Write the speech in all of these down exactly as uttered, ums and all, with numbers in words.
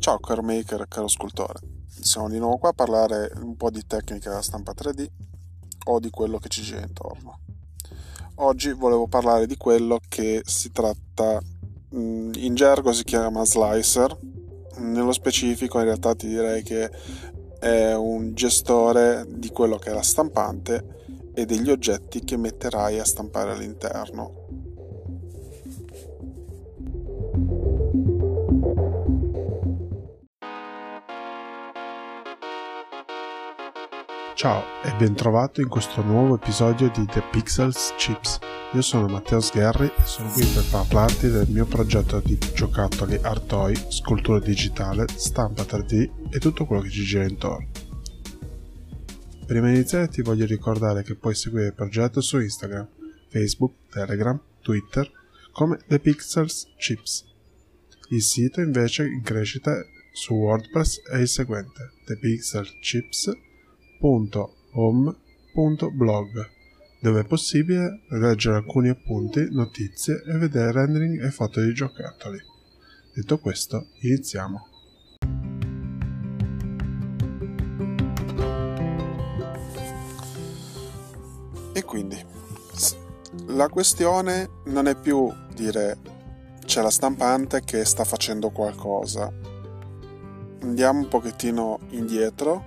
Ciao caro maker, caro scultore, siamo di nuovo qua a parlare un po' di tecnica da stampa tre D o di quello che ci gira intorno. Oggi volevo parlare di quello che si tratta, in gergo si chiama slicer, nello specifico in realtà ti direi che è un gestore di quello che è la stampante e degli oggetti che metterai a stampare all'interno. Ciao e ben trovato in questo nuovo episodio di The Pixels Chips. Io sono Matteo Sgherri e sono qui per parlarti del mio progetto di giocattoli art toy, scultura digitale, stampa tre D e tutto quello che ci gira intorno. Prima di iniziare ti voglio ricordare che puoi seguire il progetto su Instagram, Facebook, Telegram, Twitter come The Pixels Chips. Il sito invece in crescita su WordPress è il seguente: the pixel chips punto home punto blog, dove è possibile leggere alcuni appunti, notizie e vedere rendering e foto di giocattoli. Detto questo, iniziamo. E quindi la questione non è più dire c'è la stampante che sta facendo qualcosa. Andiamo un pochettino indietro.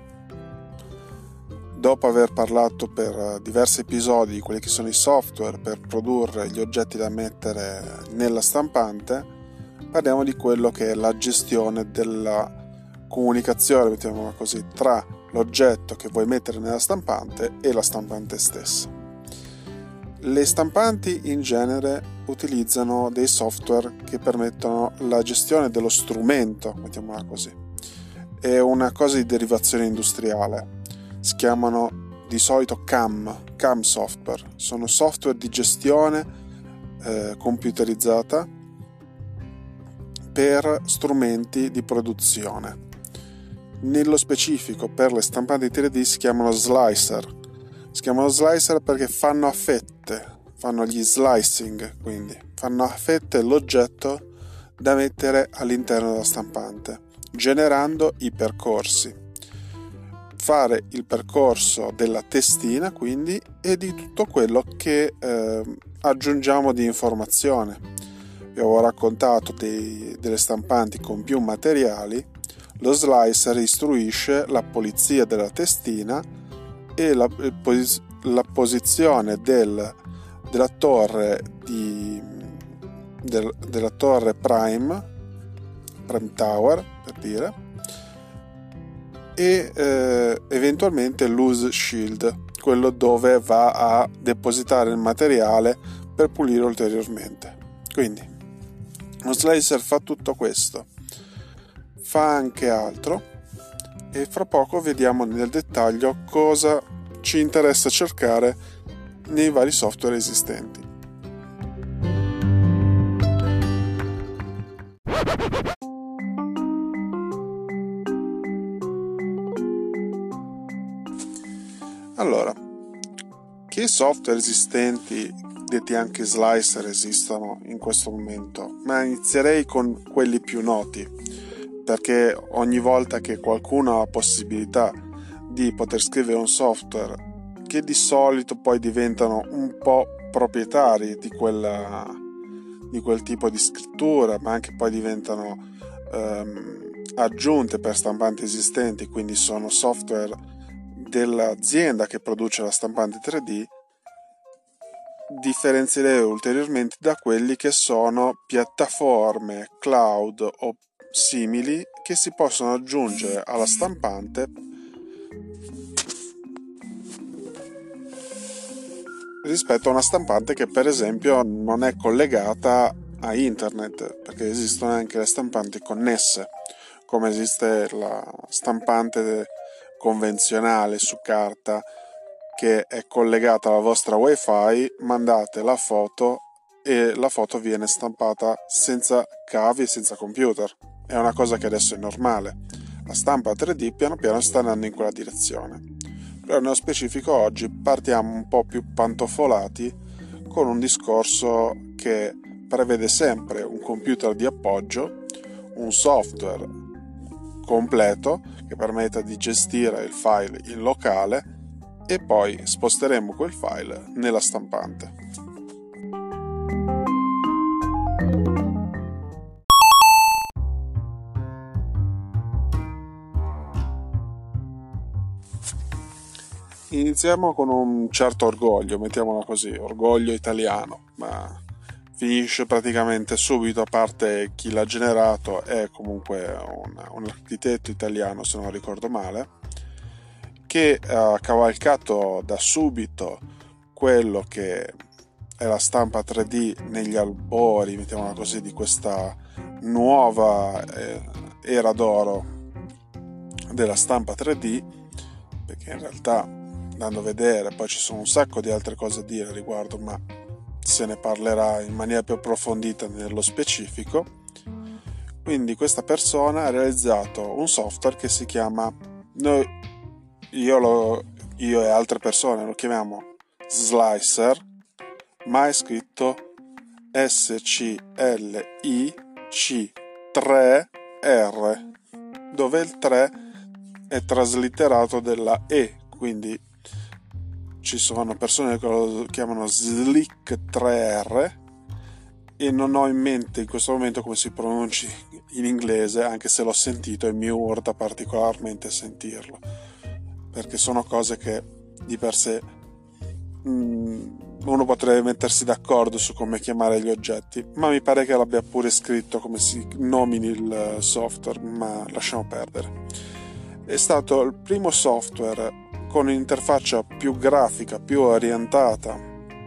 Dopo aver parlato per diversi episodi di quelli che sono i software per produrre gli oggetti da mettere nella stampante, parliamo di quello che è la gestione della comunicazione, mettiamola così, tra l'oggetto che vuoi mettere nella stampante e la stampante stessa. Le stampanti in genere utilizzano dei software che permettono la gestione dello strumento, mettiamola così. È una cosa di derivazione industriale. Si chiamano di solito C A M, C A M software, sono software di gestione eh, computerizzata per strumenti di produzione. Nello specifico per le stampanti tre D si chiamano slicer, si chiamano slicer perché fanno a fette, fanno gli slicing, quindi fanno a fette l'oggetto da mettere all'interno della stampante, generando i percorsi. Fare il percorso della testina quindi e di tutto quello che eh, aggiungiamo di informazione. Vi avevo raccontato dei, delle stampanti con più materiali. Lo slicer istruisce la pulizia della testina e la, la posizione del, della torre di, del, della torre prime prime tower per dire, e eh, eventualmente loose shield, quello dove va a depositare il materiale per pulire ulteriormente. Quindi lo slicer fa tutto questo, fa anche altro e fra poco vediamo nel dettaglio cosa ci interessa cercare nei vari software esistenti. Allora, che software esistenti, detti anche slicer, esistono in questo momento? Ma inizierei con quelli più noti, perché ogni volta che qualcuno ha la possibilità di poter scrivere un software che di solito poi diventano un po' proprietari di, quella, di quel tipo di scrittura, ma anche poi diventano ehm, aggiunte per stampanti esistenti, quindi sono software dell'azienda che produce la stampante tre D, differenzierei ulteriormente da quelli che sono piattaforme cloud o simili che si possono aggiungere alla stampante rispetto a una stampante che per esempio non è collegata a internet, perché esistono anche le stampanti connesse, come esiste la stampante convenzionale su carta che è collegata alla vostra wifi, mandate la foto e la foto viene stampata senza cavi e senza computer. È una cosa che adesso è normale. La stampa tre D piano piano sta andando in quella direzione. Però nello specifico oggi partiamo un po' più pantofolati con un discorso che prevede sempre un computer di appoggio, un software completo che permetta di gestire il file in locale e poi sposteremo quel file nella stampante. Iniziamo con un certo orgoglio, mettiamolo così, orgoglio italiano, ma finisce praticamente subito, a parte chi l'ha generato, è comunque un, un architetto italiano, se non ricordo male, che ha cavalcato da subito quello che è la stampa tre D negli albori, mettiamola così, di questa nuova eh, era d'oro della stampa tre D, perché in realtà, andando a vedere, poi ci sono un sacco di altre cose a dire a riguardo, ma se ne parlerà in maniera più approfondita nello specifico. Quindi questa persona ha realizzato un software che si chiama, noi, io, lo, io e altre persone lo chiamiamo Slicer, ma è scritto S C L I C tre R, dove il tre è traslitterato della E, quindi ci sono persone che lo chiamano Slick tre R e non ho in mente in questo momento come si pronunci in inglese, anche se l'ho sentito e mi urta particolarmente sentirlo, perché sono cose che di per sé mh, uno potrebbe mettersi d'accordo su come chiamare gli oggetti, ma mi pare che l'abbia pure scritto come si nomini il software, ma lasciamo perdere. È stato il primo software con un'interfaccia più grafica, più orientata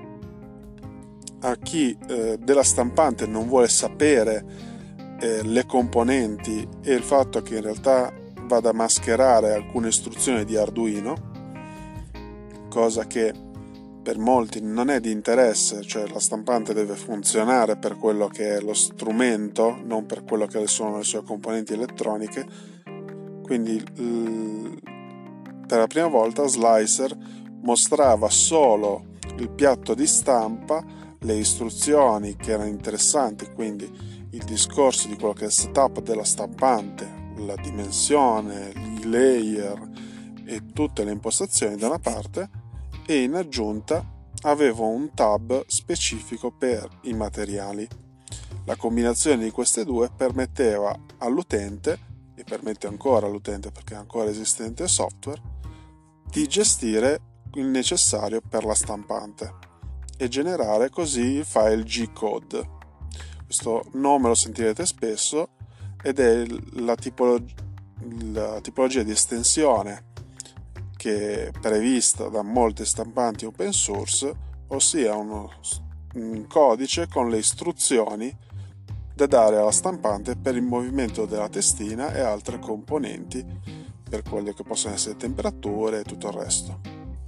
a chi eh, della stampante non vuole sapere eh, le componenti e il fatto che in realtà vada a mascherare alcune istruzioni di Arduino, cosa che per molti non è di interesse, cioè la stampante deve funzionare per quello che è lo strumento, non per quello che sono le sue componenti elettroniche. Quindi l- per la prima volta Slicer mostrava solo il piatto di stampa, le istruzioni che erano interessanti, quindi il discorso di quello che è il setup della stampante, la dimensione, i layer e tutte le impostazioni da una parte, e in aggiunta avevo un tab specifico per i materiali. La combinazione di queste due permetteva all'utente, e permette ancora all'utente perché è ancora esistente il software, di gestire il necessario per la stampante e generare così il file G-code. Questo nome lo sentirete spesso ed è la, tipolo- la tipologia di estensione che è prevista da molte stampanti open source, ossia uno, un codice con le istruzioni da dare alla stampante per il movimento della testina e altre componenti, per quelle che possono essere temperature e tutto il resto.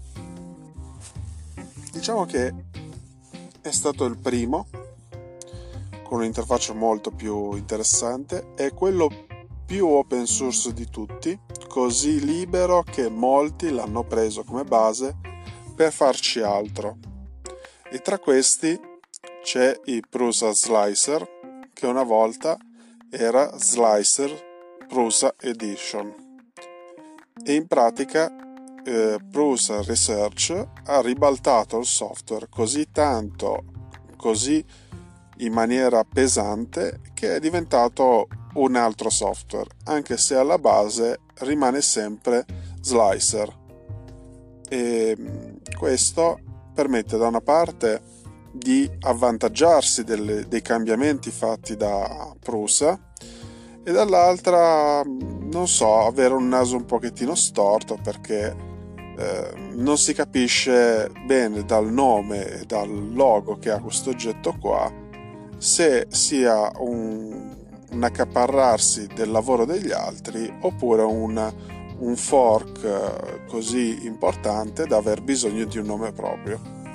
Diciamo che è stato il primo con un'interfaccia molto più interessante, è quello più open source di tutti, così libero che molti l'hanno preso come base per farci altro. E tra questi c'è il Prusa Slicer, che una volta era Slicer Prusa Edition, e in pratica eh, Prusa Research ha ribaltato il software così tanto, così in maniera pesante, che è diventato un altro software, anche se alla base rimane sempre Slicer. E questo permette da una parte di avvantaggiarsi delle, dei cambiamenti fatti da Prusa e dall'altra, non so, avere un naso un pochettino storto, perché eh, non si capisce bene dal nome e dal logo che ha questo oggetto qua se sia un, un accaparrarsi del lavoro degli altri oppure un, un fork così importante da aver bisogno di un nome proprio.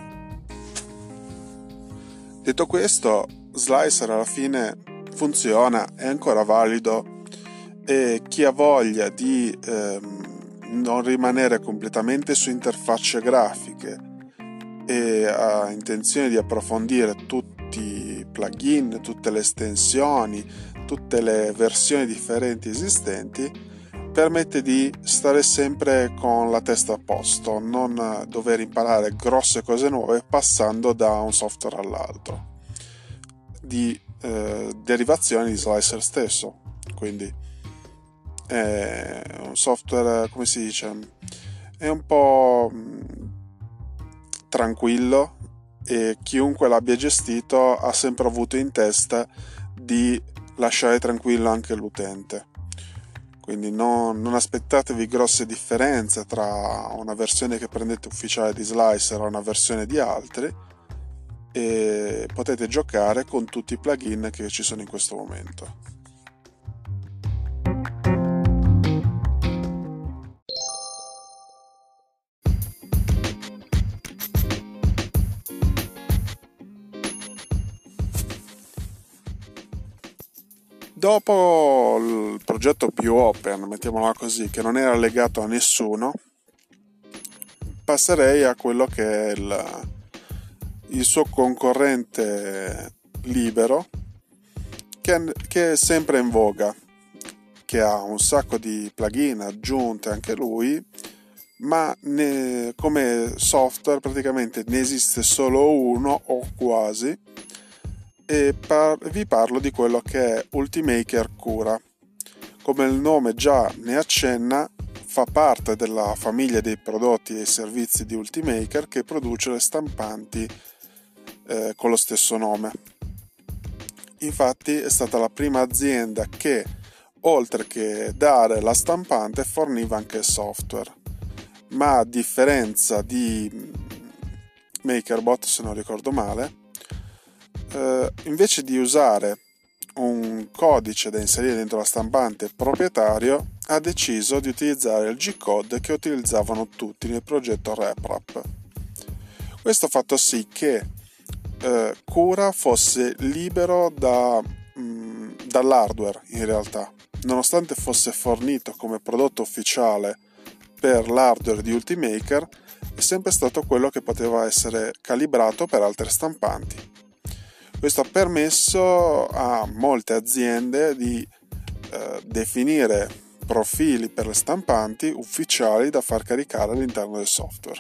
Detto questo, Slicer alla fine funziona, è ancora valido, e chi ha voglia di ehm, non rimanere completamente su interfacce grafiche e ha intenzione di approfondire tutti i plugin, tutte le estensioni, tutte le versioni differenti esistenti, permette di stare sempre con la testa a posto, non dover imparare grosse cose nuove passando da un software all'altro, di eh, derivazione di Slicer stesso. Quindi è un software, come si dice, è un po' tranquillo, e chiunque l'abbia gestito ha sempre avuto in testa di lasciare tranquillo anche l'utente. Quindi non, non aspettatevi grosse differenze tra una versione che prendete ufficiale di Slicer e una versione di altri, e potete giocare con tutti i plugin che ci sono in questo momento. Dopo il progetto più open, mettiamola così, che non era legato a nessuno, passerei a quello che è il, il suo concorrente libero, che, che è sempre in voga, che ha un sacco di plugin aggiunte anche lui, ma ne, come software praticamente ne esiste solo uno o quasi, e par- vi parlo di quello che è Ultimaker Cura. Come il nome già ne accenna, fa parte della famiglia dei prodotti e servizi di Ultimaker, che produce le stampanti eh, con lo stesso nome. Infatti è stata la prima azienda che, oltre che dare la stampante, forniva anche il software, ma a differenza di MakerBot, se non ricordo male, Uh, invece di usare un codice da inserire dentro la stampante proprietario, ha deciso di utilizzare il G-code che utilizzavano tutti nel progetto RepRap. Questo ha fatto sì che uh, Cura fosse libero da, mh, dall'hardware in realtà, nonostante fosse fornito come prodotto ufficiale per l'hardware di Ultimaker, è sempre stato quello che poteva essere calibrato per altre stampanti. Questo ha permesso a molte aziende di eh, definire profili per le stampanti ufficiali da far caricare all'interno del software.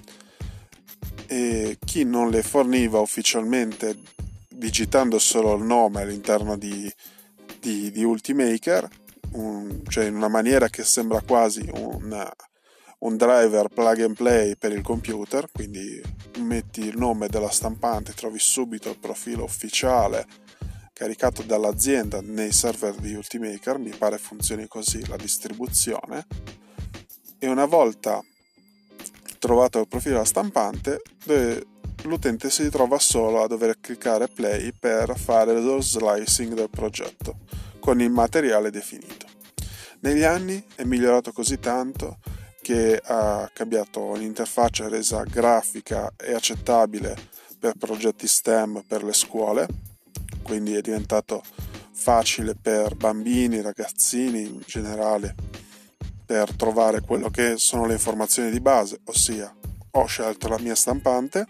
E chi non le forniva ufficialmente, digitando solo il nome all'interno di, di, di Ultimaker, un, cioè in una maniera che sembra quasi un, un driver plug and play per il computer, quindi metti il nome della stampante, trovi subito il profilo ufficiale caricato dall'azienda nei server di Ultimaker. Mi pare funzioni così la distribuzione, e una volta trovato il profilo della stampante, l'utente si ritrova solo a dover cliccare play per fare lo slicing del progetto con il materiale definito. Negli anni è migliorato così tanto che ha cambiato l'interfaccia, resa grafica e accettabile per progetti STEM per le scuole, quindi è diventato facile per bambini, ragazzini in generale, per trovare quello che sono le informazioni di base, ossia ho scelto la mia stampante,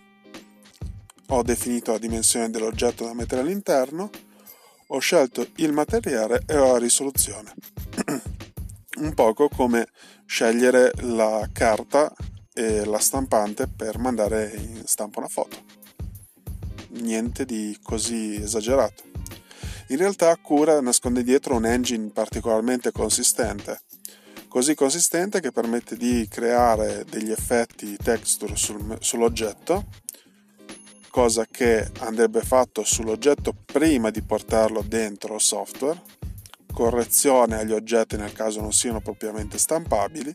ho definito la dimensione dell'oggetto da mettere all'interno, ho scelto il materiale e ho la risoluzione. Un poco come scegliere la carta e la stampante per mandare in stampa una foto. Niente di così esagerato. In realtà Cura nasconde dietro un engine particolarmente consistente, così consistente che permette di creare degli effetti texture sul, sull'oggetto, cosa che andrebbe fatto sull'oggetto prima di portarlo dentro il software, correzione agli oggetti nel caso non siano propriamente stampabili,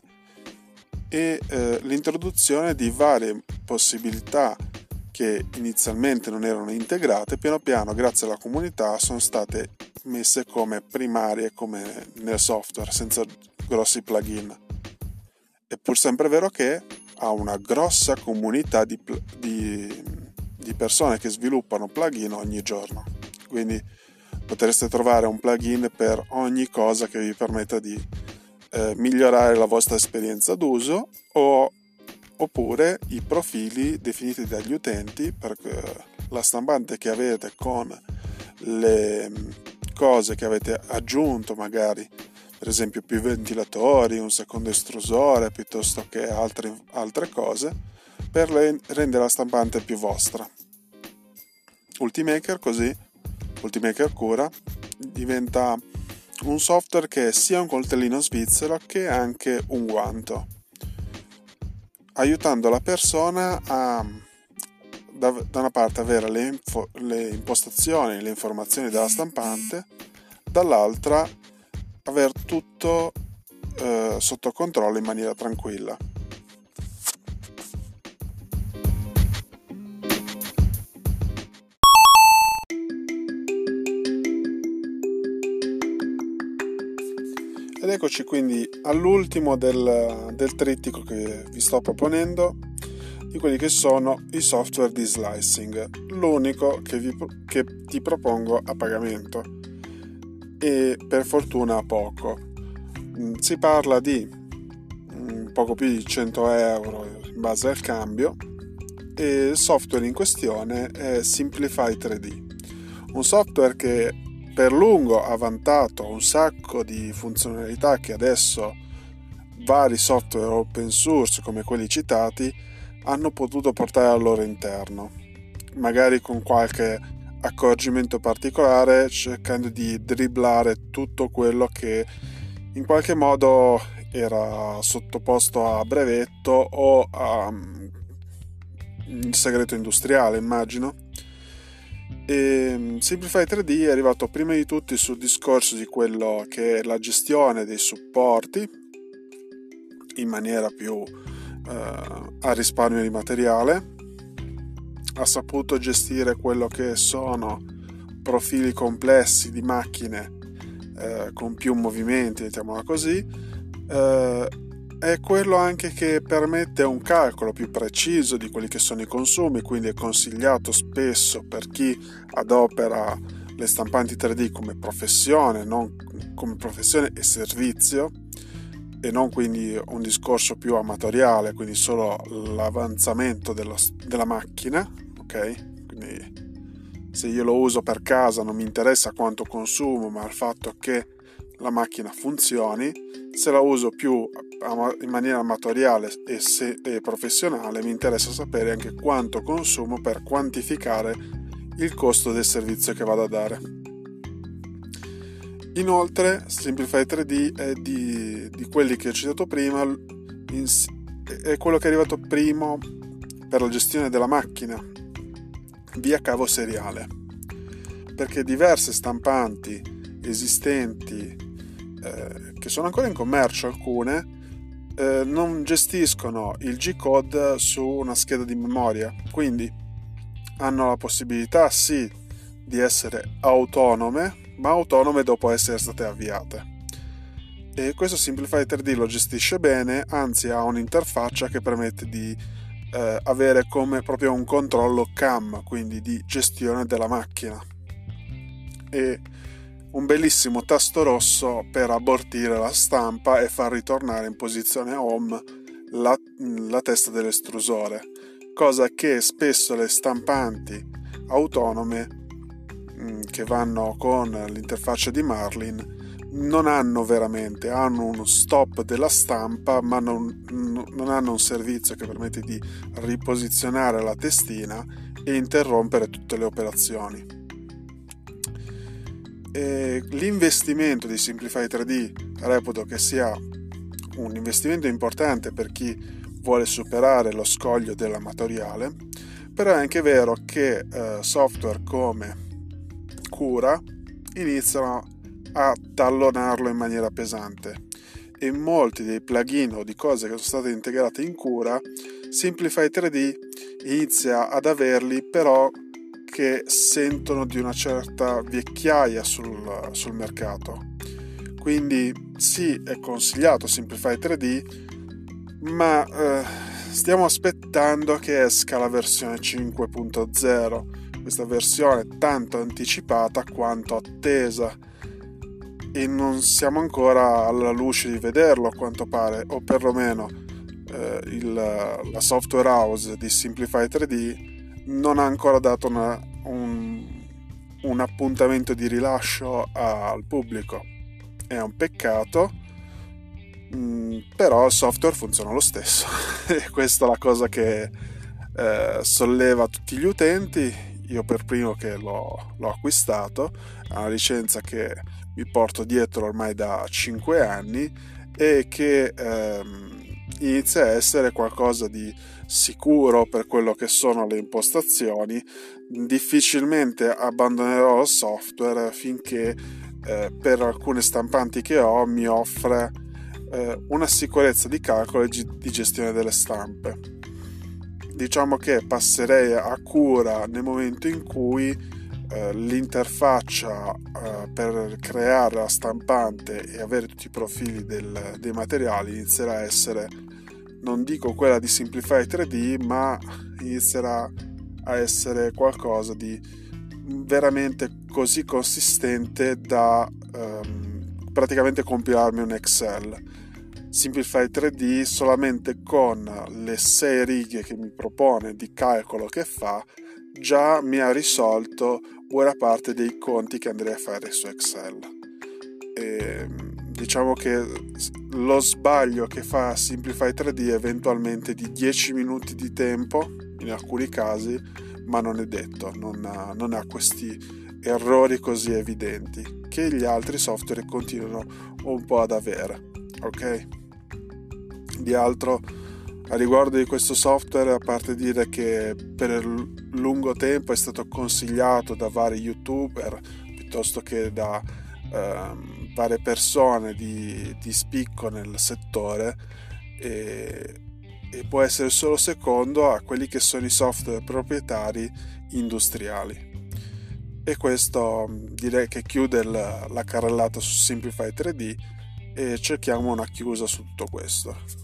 e eh, l'introduzione di varie possibilità che inizialmente non erano integrate, piano piano grazie alla comunità sono state messe come primarie, come nel software, senza grossi plugin. È pur sempre vero che ha una grossa comunità di, di, di persone che sviluppano plugin ogni giorno, quindi potreste trovare un plugin per ogni cosa che vi permetta di eh, migliorare la vostra esperienza d'uso, o, oppure i profili definiti dagli utenti per, la stampante che avete con le cose che avete aggiunto, magari per esempio più ventilatori, un secondo estrusore piuttosto che altri, altre cose, per rendere la stampante più vostra. Ultimaker così, Ultimaker Cura, diventa un software che è sia un coltellino svizzero che anche un guanto, aiutando la persona a da, da una parte avere le, info, le impostazioni, le informazioni della stampante, dall'altra aver tutto eh, sotto controllo in maniera tranquilla. Ed eccoci quindi all'ultimo del, del trittico che vi sto proponendo, di quelli che sono i software di slicing, l'unico che, vi, che ti propongo a pagamento, e per fortuna a poco. Si parla di poco più di cento euro in base al cambio, e il software in questione è Simplify tre D, un software che per lungo ha vantato un sacco di funzionalità che adesso vari software open source come quelli citati hanno potuto portare al loro interno, magari con qualche accorgimento particolare, cercando di dribblare tutto quello che in qualche modo era sottoposto a brevetto o a um, segreto industriale, immagino. E Simplify tre D è arrivato prima di tutti sul discorso di quello che è la gestione dei supporti in maniera più eh, a risparmio di materiale. Ha saputo gestire quello che sono profili complessi di macchine eh, con più movimenti, mettiamola così. Eh, è quello anche che permette un calcolo più preciso di quelli che sono i consumi, quindi è consigliato spesso per chi adopera le stampanti tre D come professione, non come professione e servizio, e non quindi un discorso più amatoriale, quindi solo l'avanzamento della, della macchina, ok? Quindi se io lo uso per casa non mi interessa quanto consumo, ma il fatto che la macchina funzioni. Se la uso più in maniera amatoriale e, se, e professionale, mi interessa sapere anche quanto consumo per quantificare il costo del servizio che vado a dare. Inoltre Simplify tre D è di, di quelli che ho citato prima, in, è quello che è arrivato primo per la gestione della macchina via cavo seriale, perché diverse stampanti esistenti eh, che sono ancora in commercio, alcune eh, non gestiscono il G-code su una scheda di memoria, quindi hanno la possibilità sì di essere autonome, ma autonome dopo essere state avviate, e questo Simplify tre D lo gestisce bene, anzi ha un'interfaccia che permette di eh, avere come proprio un controllo C A M, quindi di gestione della macchina, e un bellissimo tasto rosso per abortire la stampa e far ritornare in posizione home la, la testa dell'estrusore, cosa che spesso le stampanti autonome mh, che vanno con l'interfaccia di Marlin non hanno veramente, hanno uno stop della stampa, ma non, non hanno un servizio che permette di riposizionare la testina e interrompere tutte le operazioni. E l'investimento di Simplify tre D reputo che sia un investimento importante per chi vuole superare lo scoglio dell'amatoriale, però è anche vero che eh, software come Cura iniziano a tallonarlo in maniera pesante, e molti dei plugin o di cose che sono state integrate in Cura Simplify tre D inizia ad averli, però che sentono di una certa vecchiaia sul, sul mercato. Quindi sì, è consigliato Simplify tre D, ma eh, stiamo aspettando che esca la versione cinque punto zero, questa versione tanto anticipata quanto attesa, e non siamo ancora alla luce di vederlo, a quanto pare, o perlomeno eh, il, la software house di Simplify tre D non ha ancora dato una, un, un appuntamento di rilascio al pubblico. È un peccato, mh, però il software funziona lo stesso e questa è la cosa che eh, solleva tutti gli utenti. Io per primo che l'ho, l'ho acquistato, è una licenza che mi porto dietro ormai da cinque anni e che ehm, inizia a essere qualcosa di sicuro per quello che sono le impostazioni. Difficilmente abbandonerò il software finché eh, per alcune stampanti che ho mi offre eh, una sicurezza di calcolo e di gestione delle stampe. Diciamo che passerei a cura nel momento in cui eh, l'interfaccia eh, per creare la stampante e avere tutti i profili del, dei materiali inizierà a essere, non dico quella di Simplify tre D, ma inizierà a essere qualcosa di veramente così consistente da ehm, praticamente compilarmi un Excel. Simplify tre D solamente con le sei righe che mi propone di calcolo che fa già mi ha risolto buona parte dei conti che andrei a fare su Excel. E diciamo che lo sbaglio che fa Simplify tre D è eventualmente di dieci minuti di tempo in alcuni casi, ma non è detto, non ha, non ha questi errori così evidenti che gli altri software continuano un po' ad avere. Ok? Di altro a riguardo di questo software, a parte dire che per lungo tempo è stato consigliato da vari youtuber piuttosto che da ehm, varie persone di, di spicco nel settore, e, e può essere solo secondo a quelli che sono i software proprietari industriali. E questo direi che chiude la, la carrellata su Simplify tre D e cerchiamo una chiusa su tutto questo.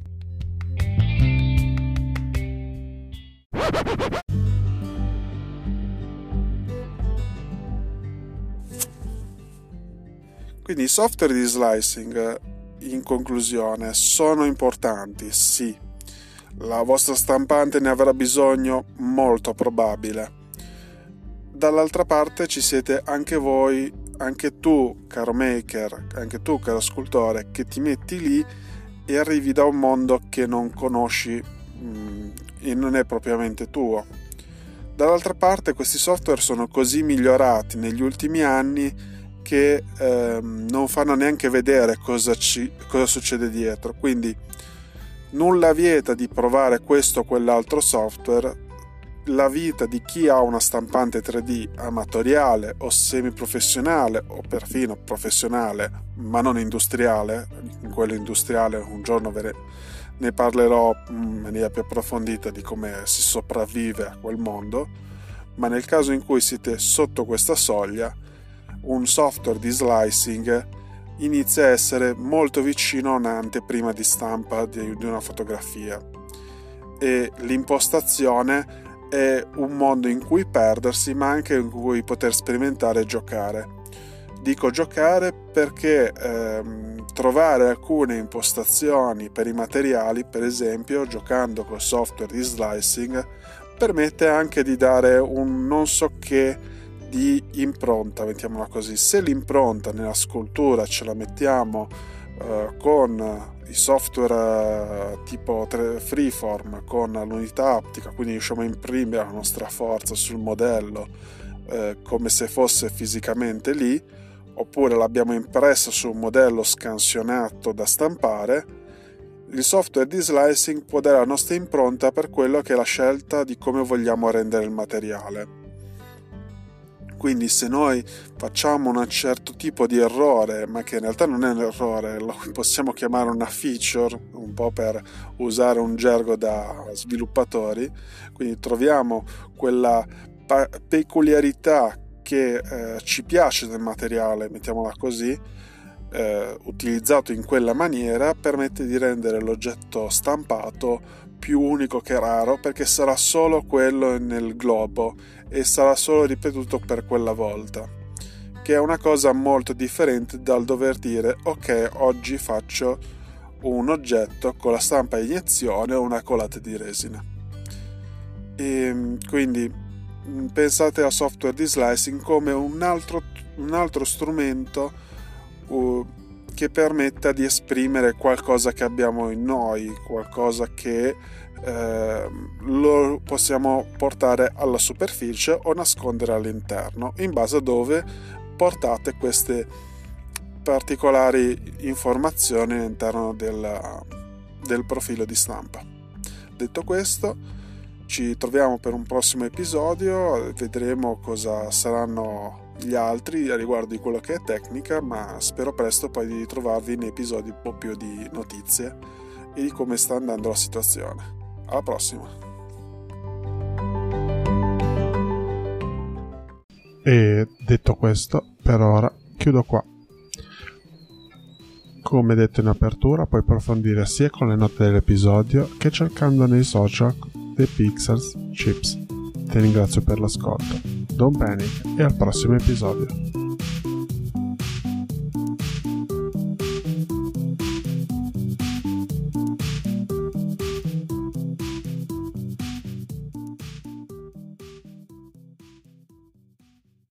Quindi i software di slicing, in conclusione, sono importanti, sì. La vostra stampante ne avrà bisogno, molto probabile. Dall'altra parte ci siete anche voi, anche tu, caro maker, anche tu, caro scultore, che ti metti lì e arrivi da un mondo che non conosci mh, e non è propriamente tuo. Dall'altra parte questi software sono così migliorati negli ultimi anni che ehm, non fanno neanche vedere cosa, ci, cosa succede dietro, quindi nulla vieta di provare questo o quell'altro software. La vita di chi ha una stampante tre D amatoriale o semiprofessionale o perfino professionale ma non industriale, in quello industriale un giorno ve ne, ne parlerò in maniera più approfondita di come si sopravvive a quel mondo, ma nel caso in cui siete sotto questa soglia, un software di slicing inizia a essere molto vicino a un'anteprima di stampa di, di una fotografia, e l'impostazione è un mondo in cui perdersi, ma anche in cui poter sperimentare e giocare. Dico giocare perché ehm, trovare alcune impostazioni per i materiali, per esempio giocando col software di slicing, permette anche di dare un non so che di impronta, mettiamola così. Se l'impronta nella scultura ce la mettiamo eh, con i software eh, tipo Freeform, con l'unità ottica, quindi riusciamo a imprimere la nostra forza sul modello eh, come se fosse fisicamente lì, oppure l'abbiamo impressa su un modello scansionato da stampare, il software di slicing può dare la nostra impronta per quello che è la scelta di come vogliamo rendere il materiale. Quindi se noi facciamo un certo tipo di errore, ma che in realtà non è un errore, lo possiamo chiamare una feature, un po' per usare un gergo da sviluppatori, quindi troviamo quella pa- peculiarità che eh, ci piace del materiale, mettiamola così, eh, utilizzato in quella maniera, permette di rendere l'oggetto stampato più unico che raro, perché sarà solo quello nel globo e sarà solo ripetuto per quella volta, che è una cosa molto differente dal dover dire ok, oggi faccio un oggetto con la stampa a iniezione o una colata di resina. E quindi pensate al software di slicing come un altro, un altro strumento uh, che permetta di esprimere qualcosa che abbiamo in noi, qualcosa che eh, lo possiamo portare alla superficie o nascondere all'interno, in base a dove portate queste particolari informazioni all'interno del, del profilo di stampa. Detto questo, ci troviamo per un prossimo episodio, vedremo cosa saranno gli altri a riguardo di quello che è tecnica, ma spero presto poi di trovarvi in episodi un po' più di notizie e di come sta andando la situazione. Alla prossima! E detto questo, per ora chiudo qua. Come detto in apertura, puoi approfondire sia con le note dell'episodio che cercando nei social The Pixels Chips. Ti ringrazio per l'ascolto. Don't panic e al prossimo episodio.